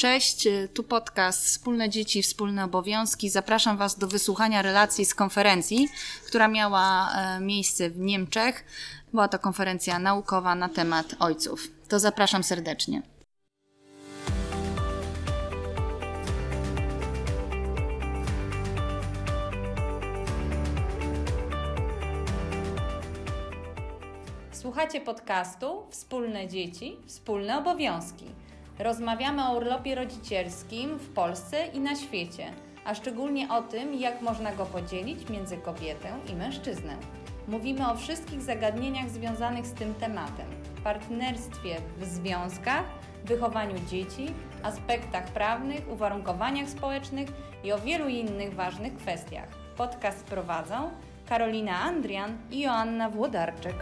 Cześć, tu podcast Wspólne Dzieci, Wspólne Obowiązki. Zapraszam Was do wysłuchania relacji z konferencji, która miała miejsce w Niemczech. Była to konferencja naukowa na temat ojców. To zapraszam serdecznie. Słuchacie podcastu Wspólne Dzieci, Wspólne Obowiązki. Rozmawiamy o urlopie rodzicielskim w Polsce i na świecie, a szczególnie o tym, jak można go podzielić między kobietę i mężczyznę. Mówimy o wszystkich zagadnieniach związanych z tym tematem, partnerstwie w związkach, wychowaniu dzieci, aspektach prawnych, uwarunkowaniach społecznych i o wielu innych ważnych kwestiach. Podcast prowadzą Karolina Andrian i Joanna Włodarczyk.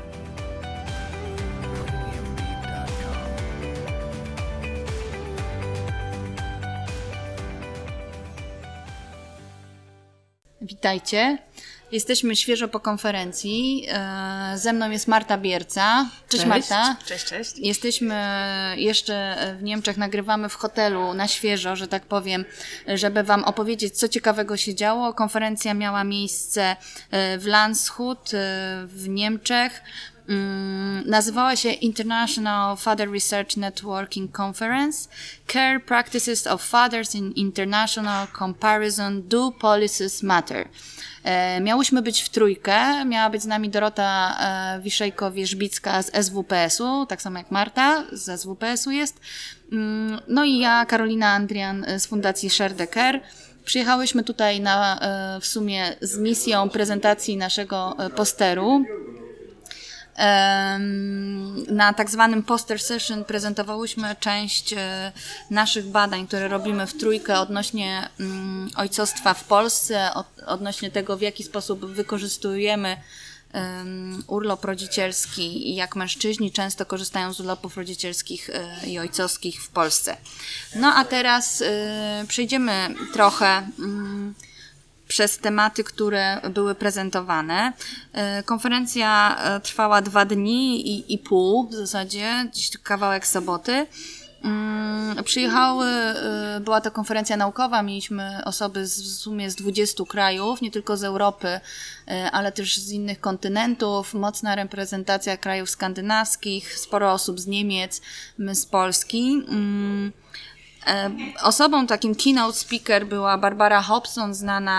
Witajcie. Jesteśmy świeżo po konferencji. Ze mną jest Marta Bierca. Cześć Marta. Cześć. Jesteśmy jeszcze w Niemczech, nagrywamy w hotelu na świeżo, że tak powiem, żeby Wam opowiedzieć, co ciekawego się działo. Konferencja miała miejsce w Landshut w Niemczech. Nazywała się International Father Research Networking Conference Care Practices of Fathers in International Comparison Do Policies Matter. Miałyśmy być w trójkę, miała być z nami Dorota Wiszejko-Wierzbicka z SWPS-u, tak samo jak Marta z SWPS-u jest, no i ja, Karolina Andrian z Fundacji Share the Care. Przyjechałyśmy tutaj w sumie z misją prezentacji naszego posteru. Na tak zwanym poster session prezentowałyśmy część naszych badań, które robimy w trójkę odnośnie ojcostwa w Polsce, odnośnie tego, w jaki sposób wykorzystujemy urlop rodzicielski i jak mężczyźni często korzystają z urlopów rodzicielskich i ojcowskich w Polsce. No a teraz przejdziemy trochę przez tematy, które były prezentowane. Konferencja trwała 2 dni i pół, w zasadzie, gdzieś kawałek soboty. Była to konferencja naukowa, mieliśmy osoby w sumie z 20 krajów, nie tylko z Europy, ale też z innych kontynentów, mocna reprezentacja krajów skandynawskich, sporo osób z Niemiec, my z Polski. Osobą, takim keynote speaker była Barbara Hobson,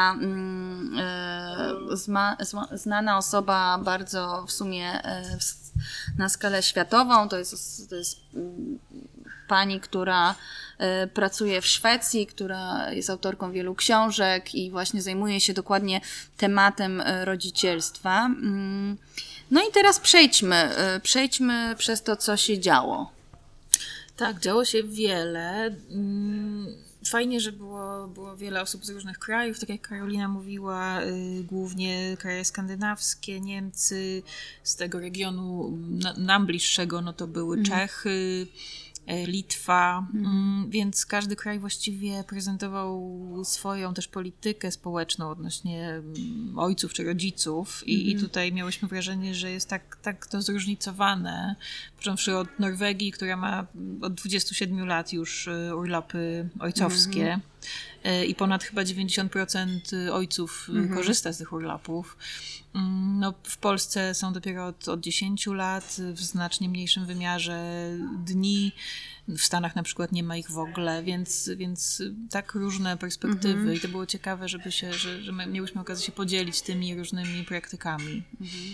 znana osoba bardzo w sumie na skalę światową. To jest pani, która pracuje w Szwecji, która jest autorką wielu książek i właśnie zajmuje się dokładnie tematem rodzicielstwa. No i teraz przejdźmy przez to, co się działo. Tak, działo się wiele. Fajnie, że było wiele osób z różnych krajów, tak jak Karolina mówiła, głównie kraje skandynawskie, Niemcy, z tego regionu nam bliższego, no to były Czechy, Litwa, więc każdy kraj właściwie prezentował swoją też politykę społeczną odnośnie ojców czy rodziców i tutaj miałyśmy wrażenie, że jest tak to zróżnicowane, począwszy od Norwegii, która ma od 27 lat już urlopy ojcowskie i ponad chyba 90% ojców korzysta z tych urlopów. No, w Polsce są dopiero od 10 lat, w znacznie mniejszym wymiarze dni. W Stanach na przykład nie ma ich w ogóle, więc tak różne perspektywy. I to było ciekawe, że miałyśmy okazję się podzielić tymi różnymi praktykami.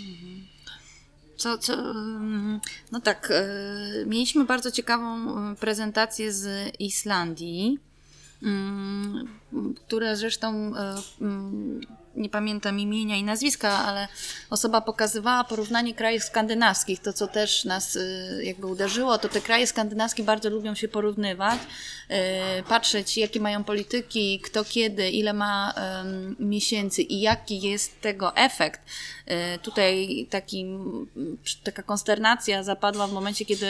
No tak, mieliśmy bardzo ciekawą prezentację z Islandii, która zresztą nie pamiętam imienia i nazwiska, ale osoba pokazywała porównanie krajów skandynawskich. To, co też nas jakby uderzyło, to te kraje skandynawskie bardzo lubią się porównywać, patrzeć, jakie mają polityki, kto kiedy, ile ma miesięcy i jaki jest tego efekt. Tutaj taka konsternacja zapadła w momencie, kiedy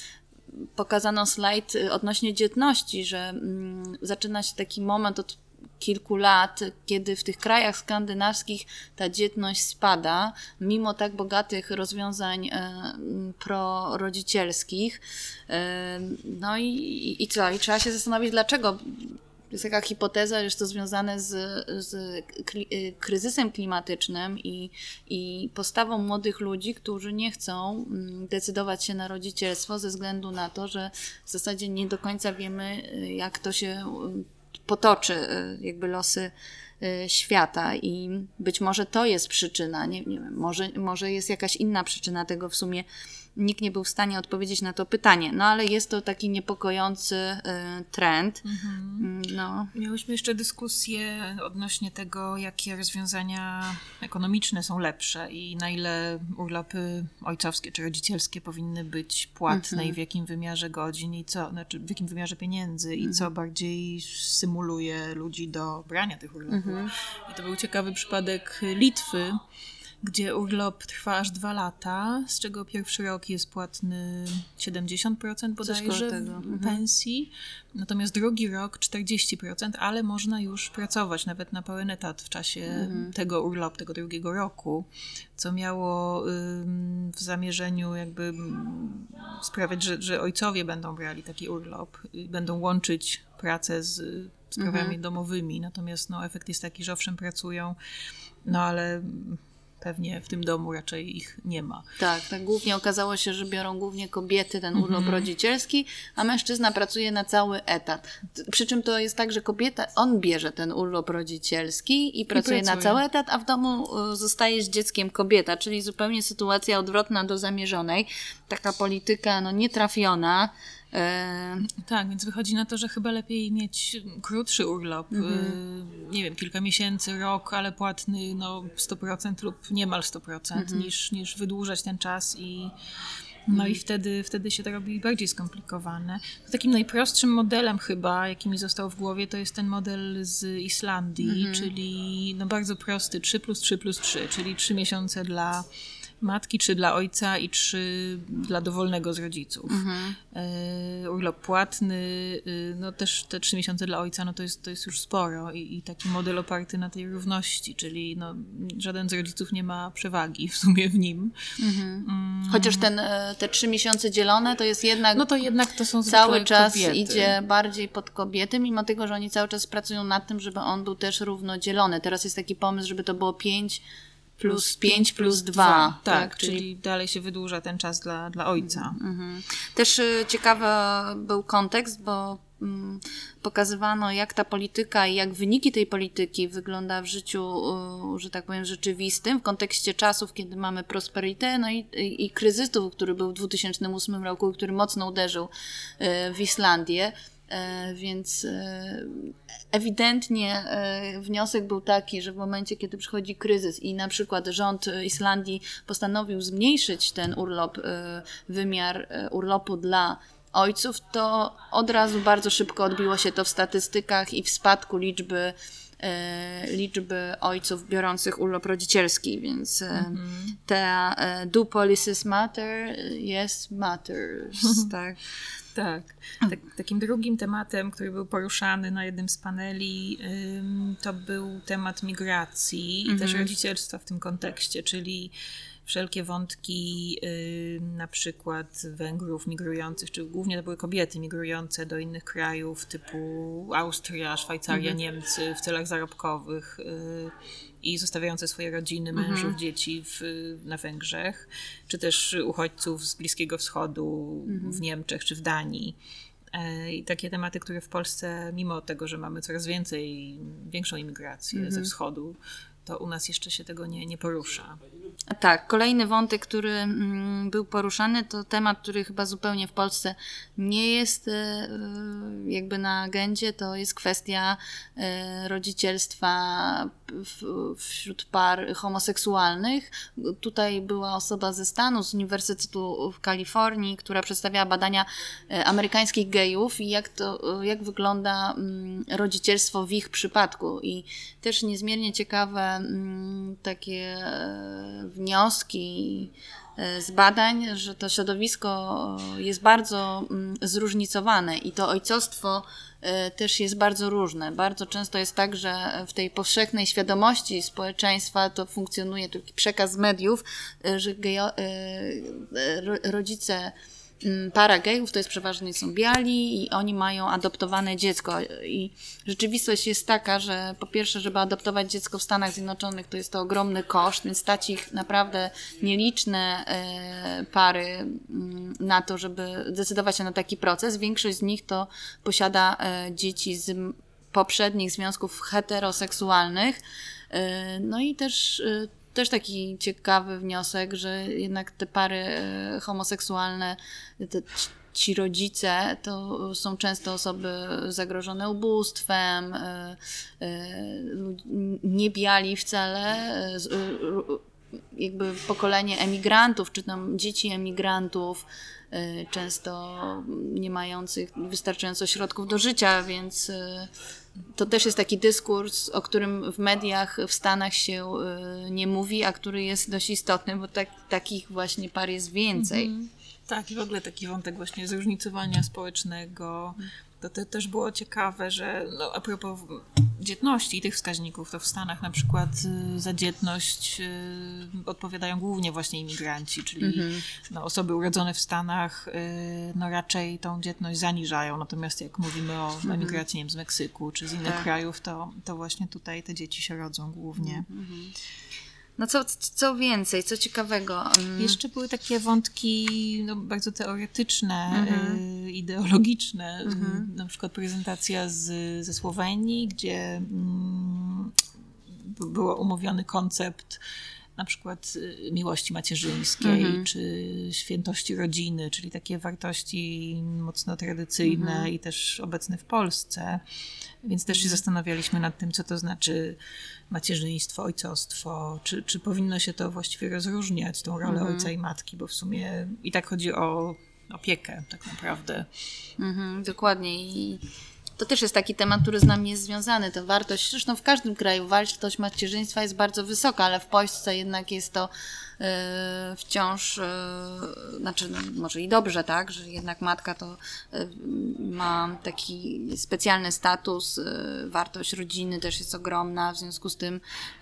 pokazano slajd odnośnie dzietności, że zaczyna się taki moment od kilku lat, kiedy w tych krajach skandynawskich ta dzietność spada, mimo tak bogatych rozwiązań prorodzicielskich. No i co? I trzeba się zastanowić, dlaczego. Jest taka hipoteza, że jest to związane z kryzysem klimatycznym i postawą młodych ludzi, którzy nie chcą decydować się na rodzicielstwo ze względu na to, że w zasadzie nie do końca wiemy, jak to się potoczy, jakby losy świata i być może to jest przyczyna, nie wiem, może jest jakaś inna przyczyna tego, w sumie nikt nie był w stanie odpowiedzieć na to pytanie, no ale jest to taki niepokojący trend. No. Miałyśmy jeszcze dyskusję odnośnie tego, jakie rozwiązania ekonomiczne są lepsze i na ile urlopy ojcowskie czy rodzicielskie powinny być płatne i w jakim wymiarze godzin i w jakim wymiarze pieniędzy i co bardziej symuluje ludzi do brania tych urlopów. I to był ciekawy przypadek Litwy, gdzie urlop trwa aż 2 lata, z czego pierwszy rok jest płatny 70% bodajże pensji, natomiast drugi rok 40%, ale można już pracować nawet na pełen etat w czasie tego urlopu, tego drugiego roku, co miało w zamierzeniu jakby sprawiać, że ojcowie będą brali taki urlop, będą łączyć pracę z sprawami domowymi, natomiast efekt jest taki, że owszem pracują, ale pewnie w tym domu raczej ich nie ma. Tak, głównie okazało się, że biorą głównie kobiety ten urlop rodzicielski, a mężczyzna pracuje na cały etat. Przy czym to jest tak, że on bierze ten urlop rodzicielski i pracuje na cały etat, a w domu zostaje z dzieckiem kobieta, czyli zupełnie sytuacja odwrotna do zamierzonej. Taka polityka nietrafiona. Tak, więc wychodzi na to, że chyba lepiej mieć krótszy urlop, nie wiem, kilka miesięcy, rok, ale płatny 100% lub niemal 100%, niż wydłużać ten czas i wtedy się to robi bardziej skomplikowane. Takim najprostszym modelem chyba, jaki mi został w głowie, to jest ten model z Islandii, czyli bardzo prosty 3+3+3, czyli 3 miesiące dla matki, 3 dla ojca i 3 dla dowolnego z rodziców. Urlop płatny, też te 3 miesiące dla ojca, to jest już sporo i taki model oparty na tej równości, czyli żaden z rodziców nie ma przewagi w sumie w nim. Chociaż te 3 miesiące dzielone to jest jednak, to są cały czas kobiety. Idzie bardziej pod kobiety, mimo tego, że oni cały czas pracują nad tym, żeby on był też równo dzielony. Teraz jest taki pomysł, żeby to było 5 plus 5 plus 2. Tak, czyli dalej się wydłuża ten czas dla ojca. Też ciekawy był kontekst, bo pokazywano, jak ta polityka i jak wyniki tej polityki wygląda w życiu, że tak powiem, rzeczywistym, w kontekście czasów, kiedy mamy prosperitę, i kryzysu, który był w 2008 roku, który mocno uderzył w Islandię. Więc ewidentnie wniosek był taki, że w momencie, kiedy przychodzi kryzys i na przykład rząd Islandii postanowił zmniejszyć ten urlop, wymiar urlopu dla ojców, to od razu bardzo szybko odbiło się to w statystykach i w spadku liczby ojców biorących urlop rodzicielski, więc do policies matter? Yes, matters. Tak. Tak. Takim drugim tematem, który był poruszany na jednym z paneli, to był temat migracji i też rodzicielstwa w tym kontekście, czyli wszelkie wątki na przykład Węgrów migrujących, czy głównie to były kobiety migrujące do innych krajów typu Austria, Szwajcaria, Niemcy w celach zarobkowych i zostawiające swoje rodziny, mężów, dzieci na Węgrzech, czy też uchodźców z Bliskiego Wschodu w Niemczech czy w Danii. I takie tematy, które w Polsce, mimo tego, że mamy coraz większą imigrację ze wschodu, to u nas jeszcze się tego nie porusza. Tak, kolejny wątek, który był poruszany, to temat, który chyba zupełnie w Polsce nie jest jakby na agendzie, to jest kwestia rodzicielstwa wśród par homoseksualnych. Tutaj była osoba ze Stanów, z Uniwersytetu w Kalifornii, która przedstawiała badania amerykańskich gejów i jak wygląda rodzicielstwo w ich przypadku. I też niezmiernie ciekawe takie wnioski z badań, że to środowisko jest bardzo zróżnicowane i to ojcostwo też jest bardzo różne. Bardzo często jest tak, że w tej powszechnej świadomości społeczeństwa to funkcjonuje taki przekaz mediów, że rodzice para gejów to jest przeważnie są biali i oni mają adoptowane dziecko i rzeczywistość jest taka, że po pierwsze, żeby adoptować dziecko w Stanach Zjednoczonych to jest to ogromny koszt, więc stać ich naprawdę nieliczne pary na to, żeby decydować się na taki proces. Większość z nich to posiada dzieci z poprzednich związków heteroseksualnych. No i też taki ciekawy wniosek, że jednak te pary homoseksualne, ci rodzice to są często osoby zagrożone ubóstwem, nie biali wcale, jakby pokolenie emigrantów, czy tam dzieci emigrantów, często nie mających wystarczająco środków do życia, więc to też jest taki dyskurs, o którym w mediach w Stanach się nie mówi, a który jest dość istotny, bo takich właśnie par jest więcej. Tak, i w ogóle taki wątek właśnie zróżnicowania społecznego. To też było ciekawe, że a propos dzietności i tych wskaźników, to w Stanach na przykład za dzietność odpowiadają głównie właśnie imigranci, czyli osoby urodzone w Stanach raczej tą dzietność zaniżają, natomiast jak mówimy o emigracji, nie wiem, z Meksyku czy z innych krajów, to właśnie tutaj te dzieci się rodzą głównie. No co więcej, co ciekawego? Jeszcze były takie wątki bardzo teoretyczne, ideologiczne. Na przykład prezentacja ze Słowenii, gdzie był omówiony koncept na przykład miłości macierzyńskiej, czy świętości rodziny, czyli takie wartości mocno tradycyjne i też obecne w Polsce. Więc też się zastanawialiśmy nad tym, co to znaczy macierzyństwo, ojcostwo, czy powinno się to właściwie rozróżniać, tą rolę ojca i matki, bo w sumie i tak chodzi o opiekę tak naprawdę. Dokładnie. I to też jest taki temat, który z nami jest związany. Ta wartość, zresztą w każdym kraju wartość macierzyństwa jest bardzo wysoka, ale w Polsce jednak jest to wciąż, może i dobrze, tak, że jednak matka to ma taki specjalny status, wartość rodziny też jest ogromna, w związku z tym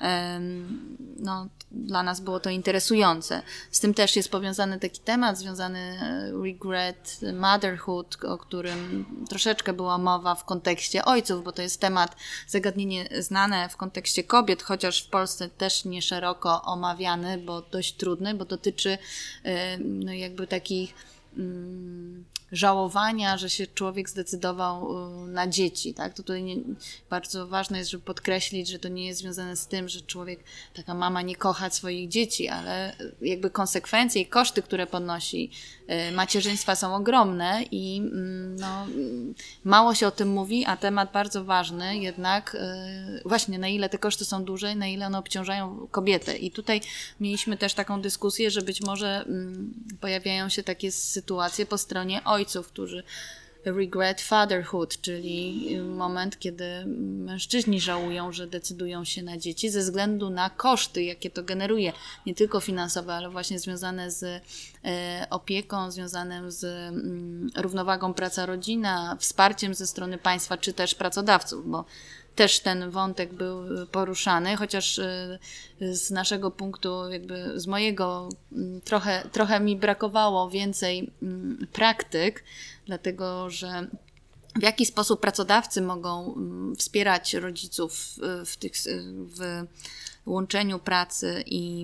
dla nas było to interesujące. Z tym też jest powiązany taki temat związany regret motherhood, o którym troszeczkę była mowa w kontekście ojców, bo to jest temat, zagadnienie znane w kontekście kobiet, chociaż w Polsce też nie szeroko omawiany, bo dość trudny, bo dotyczy jakby takich żałowania, że się człowiek zdecydował na dzieci. Tak? To tutaj bardzo ważne jest, żeby podkreślić, że to nie jest związane z tym, że taka mama nie kocha swoich dzieci, ale jakby konsekwencje i koszty, które ponosi macierzyństwa są ogromne i mało się o tym mówi, a temat bardzo ważny jednak właśnie na ile te koszty są duże, na ile one obciążają kobietę. I tutaj mieliśmy też taką dyskusję, że być może pojawiają się takie sytuacje po stronie ojców, którzy regret fatherhood, czyli moment, kiedy mężczyźni żałują, że decydują się na dzieci ze względu na koszty, jakie to generuje, nie tylko finansowe, ale właśnie związane z opieką, związane z równowagą praca-rodzina, wsparciem ze strony państwa, czy też pracodawców, bo też ten wątek był poruszany, chociaż z naszego punktu, jakby z mojego, trochę mi brakowało więcej praktyk, dlatego że w jaki sposób pracodawcy mogą wspierać rodziców w łączeniu pracy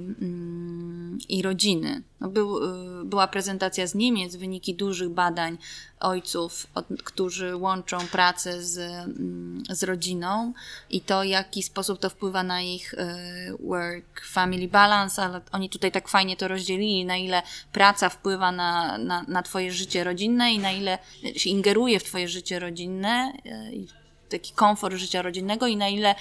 i rodziny. Była prezentacja z Niemiec, wyniki dużych badań ojców, którzy łączą pracę z rodziną i to, w jaki sposób to wpływa na ich work-family balance, ale oni tutaj tak fajnie to rozdzielili, na ile praca wpływa na twoje życie rodzinne i na ile się ingeruje w twoje życie rodzinne, taki komfort życia rodzinnego i na ile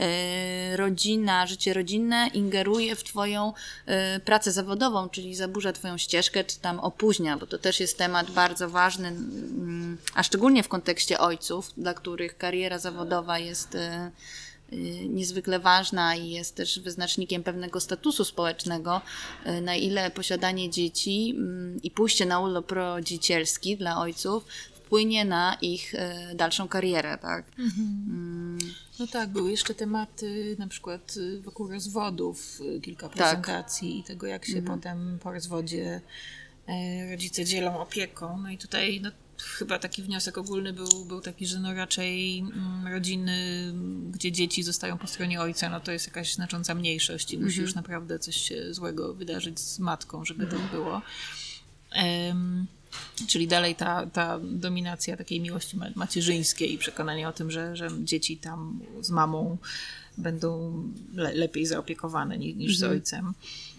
życie rodzinne ingeruje w twoją pracę zawodową, czyli zaburza twoją ścieżkę, czy tam opóźnia, bo to też jest temat bardzo ważny, a szczególnie w kontekście ojców, dla których kariera zawodowa jest niezwykle ważna i jest też wyznacznikiem pewnego statusu społecznego, na ile posiadanie dzieci i pójście na urlop rodzicielski dla ojców wpłynie na ich dalszą karierę, tak? No tak, były jeszcze tematy na przykład wokół rozwodów, kilka prezentacji i tego, jak się potem po rozwodzie rodzice dzielą opieką. No i tutaj no, chyba taki wniosek ogólny był taki, że no raczej rodziny, gdzie dzieci zostają po stronie ojca, no to jest jakaś znacząca mniejszość i musi już naprawdę coś się złego wydarzyć z matką, żeby tak było. Czyli dalej ta dominacja takiej miłości macierzyńskiej i przekonanie o tym, że dzieci tam z mamą będą lepiej zaopiekowane niż z ojcem.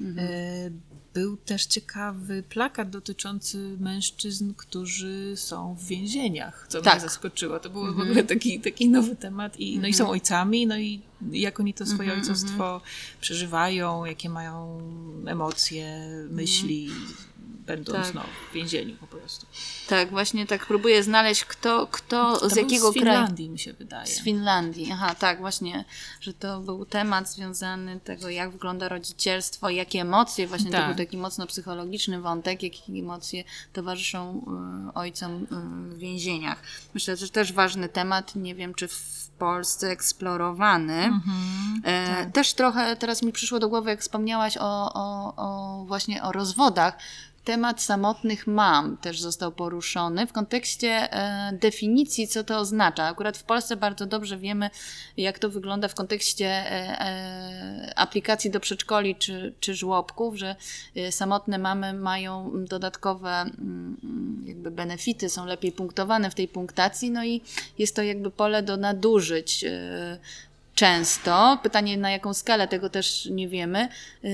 Był też ciekawy plakat dotyczący mężczyzn, którzy są w więzieniach, co mnie zaskoczyło. To był w ogóle taki nowy temat. No i są ojcami, no i jak oni to swoje ojcostwo przeżywają, jakie mają emocje, myśli, będąc w więzieniu po prostu. Tak, właśnie tak próbuję znaleźć, kto z jakiego kraju. Z Finlandii mi się wydaje. Z Finlandii, aha, tak, właśnie, że to był temat związany tego, jak wygląda rodzicielstwo, jakie emocje, właśnie to był taki mocno psychologiczny wątek, jakie emocje towarzyszą ojcom w więzieniach. Myślę, że też ważny temat, nie wiem, czy w Polsce eksplorowany. Też trochę teraz mi przyszło do głowy, jak wspomniałaś właśnie o rozwodach. Temat samotnych mam też został poruszony w kontekście definicji, co to oznacza. Akurat w Polsce bardzo dobrze wiemy, jak to wygląda w kontekście aplikacji do przedszkoli czy żłobków, że samotne mamy mają dodatkowe jakby benefity, są lepiej punktowane w tej punktacji, no i jest to jakby pole do nadużyć często. Pytanie, na jaką skalę, tego też nie wiemy,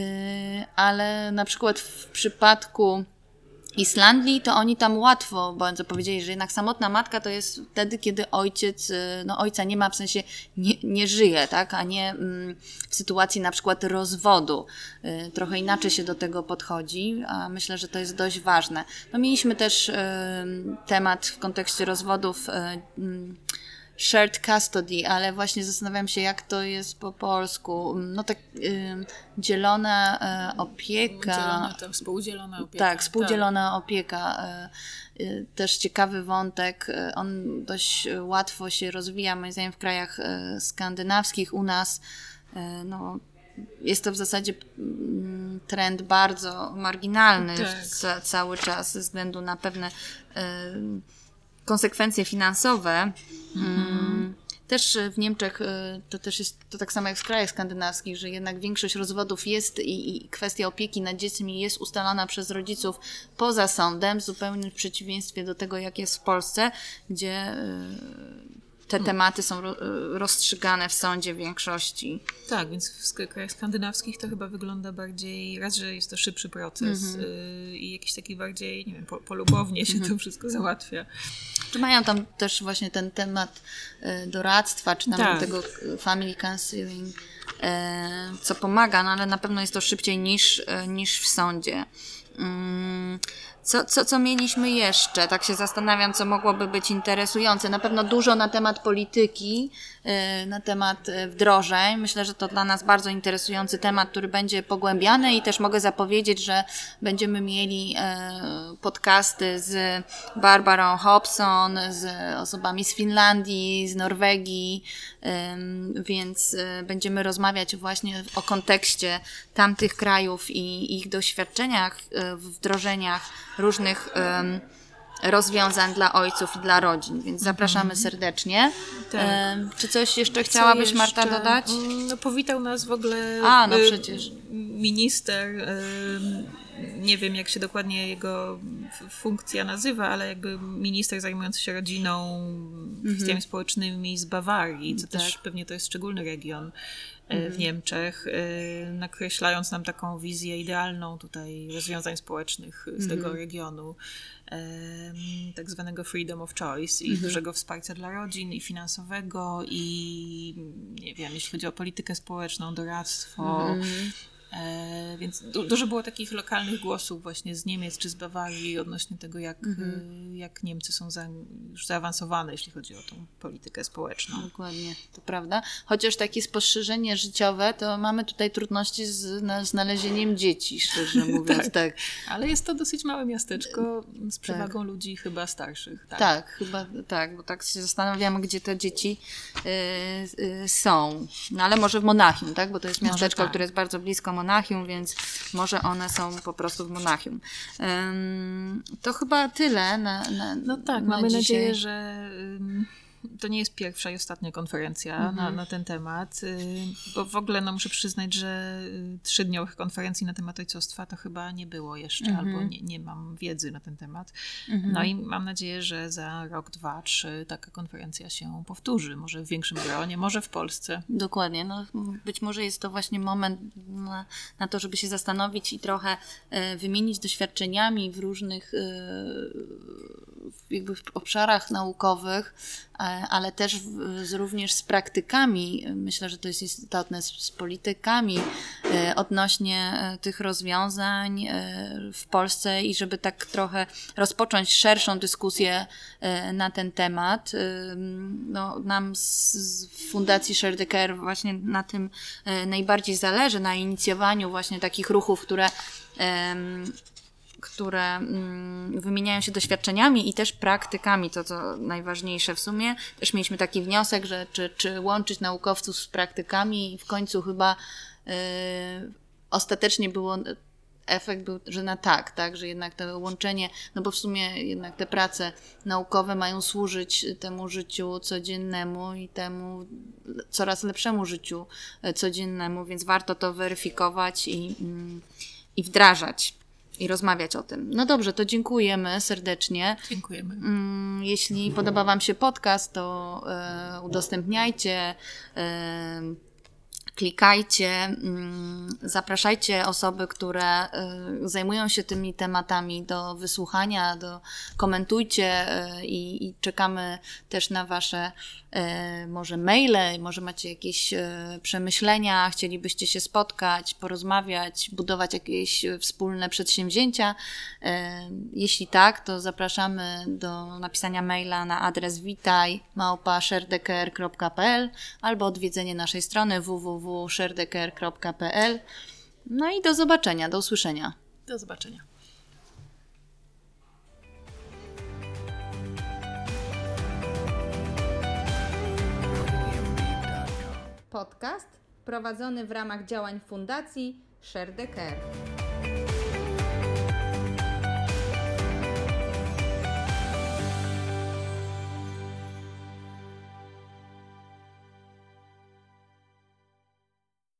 ale na przykład w przypadku Islandii, to oni tam łatwo bardzo powiedzieli, że jednak samotna matka to jest wtedy, kiedy ojca nie ma, w sensie nie żyje, tak? A nie w sytuacji na przykład rozwodu. Trochę inaczej się do tego podchodzi, a myślę, że to jest dość ważne. No, mieliśmy też temat w kontekście rozwodów shared custody, ale właśnie zastanawiam się, jak to jest po polsku. No tak dzielona opieka. Współdzielona opieka. Tak, współdzielona opieka. Też ciekawy wątek. On dość łatwo się rozwija, moim zdaniem, w krajach skandynawskich. U nas jest to w zasadzie trend bardzo marginalny cały czas ze względu na pewne konsekwencje finansowe. Też w Niemczech to też jest to tak samo jak w krajach skandynawskich, że jednak większość rozwodów jest i kwestia opieki nad dziećmi jest ustalana przez rodziców poza sądem, zupełnie w przeciwieństwie do tego, jak jest w Polsce, gdzie te tematy są rozstrzygane w sądzie w większości. Tak, więc w krajach skandynawskich to chyba wygląda bardziej, raz, że jest to szybszy proces i jakiś taki bardziej, nie wiem, polubownie się to wszystko załatwia. Czy mają tam też właśnie ten temat doradztwa, czy tam tego family counseling, co pomaga, no ale na pewno jest to szybciej niż w sądzie. Co mieliśmy jeszcze? Tak się zastanawiam, co mogłoby być interesujące. Na pewno dużo na temat polityki, na temat wdrożeń. Myślę, że to dla nas bardzo interesujący temat, który będzie pogłębiany i też mogę zapowiedzieć, że będziemy mieli podcasty z Barbarą Hobson, z osobami z Finlandii, z Norwegii, więc będziemy rozmawiać właśnie o kontekście tamtych krajów i ich doświadczeniach w wdrożeniach różnych rozwiązań dla ojców i dla rodzin, więc zapraszamy serdecznie. Tak. Czy coś jeszcze chciałabyś, Marta, dodać? No, powitał nas w ogóle przecież minister, nie wiem jak się dokładnie jego funkcja nazywa, ale jakby minister zajmujący się rodziną, kwestiami społecznymi z Bawarii, co też pewnie to jest szczególny region w Niemczech, nakreślając nam taką wizję idealną tutaj rozwiązań społecznych z tego regionu, tak zwanego freedom of choice i dużego wsparcia dla rodzin i finansowego i nie wiem, jeśli chodzi o politykę społeczną, doradztwo, Więc dużo było takich lokalnych głosów właśnie z Niemiec czy z Bawarii odnośnie tego, jak Niemcy są już zaawansowane, jeśli chodzi o tą politykę społeczną. Dokładnie, to prawda. Chociaż takie spostrzeżenie życiowe, to mamy tutaj trudności z znalezieniem dzieci, szczerze mówiąc. Tak. Ale jest to dosyć małe miasteczko z przewagą ludzi chyba starszych. Tak, chyba tak, bo tak się zastanawiamy, gdzie te dzieci są. No ale może w Monachium, tak? Bo to jest miasteczko, które jest bardzo blisko Monachium, więc może one są po prostu w Monachium. To chyba tyle No tak, na mamy dzisiaj. nadzieję, że to nie jest pierwsza i ostatnia konferencja na ten temat, bo w ogóle muszę przyznać, że 3-dniowych konferencji na temat ojcostwa to chyba nie było jeszcze, albo nie mam wiedzy na ten temat. No i mam nadzieję, że za rok, 2, 3 taka konferencja się powtórzy, może w większym gronie, może w Polsce. Dokładnie. No, być może jest to właśnie moment na to, żeby się zastanowić i trochę wymienić doświadczeniami w różnych jakby w obszarach naukowych, ale też również z praktykami. Myślę, że to jest istotne, z politykami odnośnie tych rozwiązań w Polsce i żeby tak trochę rozpocząć szerszą dyskusję na ten temat. No, nam z Fundacji Share the Care właśnie na tym najbardziej zależy, na inicjowaniu właśnie takich ruchów, które wymieniają się doświadczeniami i też praktykami, to co najważniejsze w sumie. Też mieliśmy taki wniosek, że czy łączyć naukowców z praktykami i w końcu chyba ostatecznie efekt był, że na tak, że jednak to łączenie, no bo w sumie jednak te prace naukowe mają służyć temu życiu codziennemu i temu coraz lepszemu życiu codziennemu, więc warto to weryfikować i wdrażać. I rozmawiać o tym. No dobrze, to dziękujemy serdecznie. Dziękujemy. Jeśli podoba Wam się podcast, to udostępniajcie, klikajcie, zapraszajcie osoby, które zajmują się tymi tematami do wysłuchania, komentujcie i czekamy też na Wasze może maile, może macie jakieś przemyślenia, chcielibyście się spotkać, porozmawiać, budować jakieś wspólne przedsięwzięcia. Jeśli tak, to zapraszamy do napisania maila na adres witaj@sharedecare.pl albo odwiedzenie naszej strony www.sharedecare.pl. No i do zobaczenia, do usłyszenia. Do zobaczenia. Podcast prowadzony w ramach działań Fundacji Share the Care.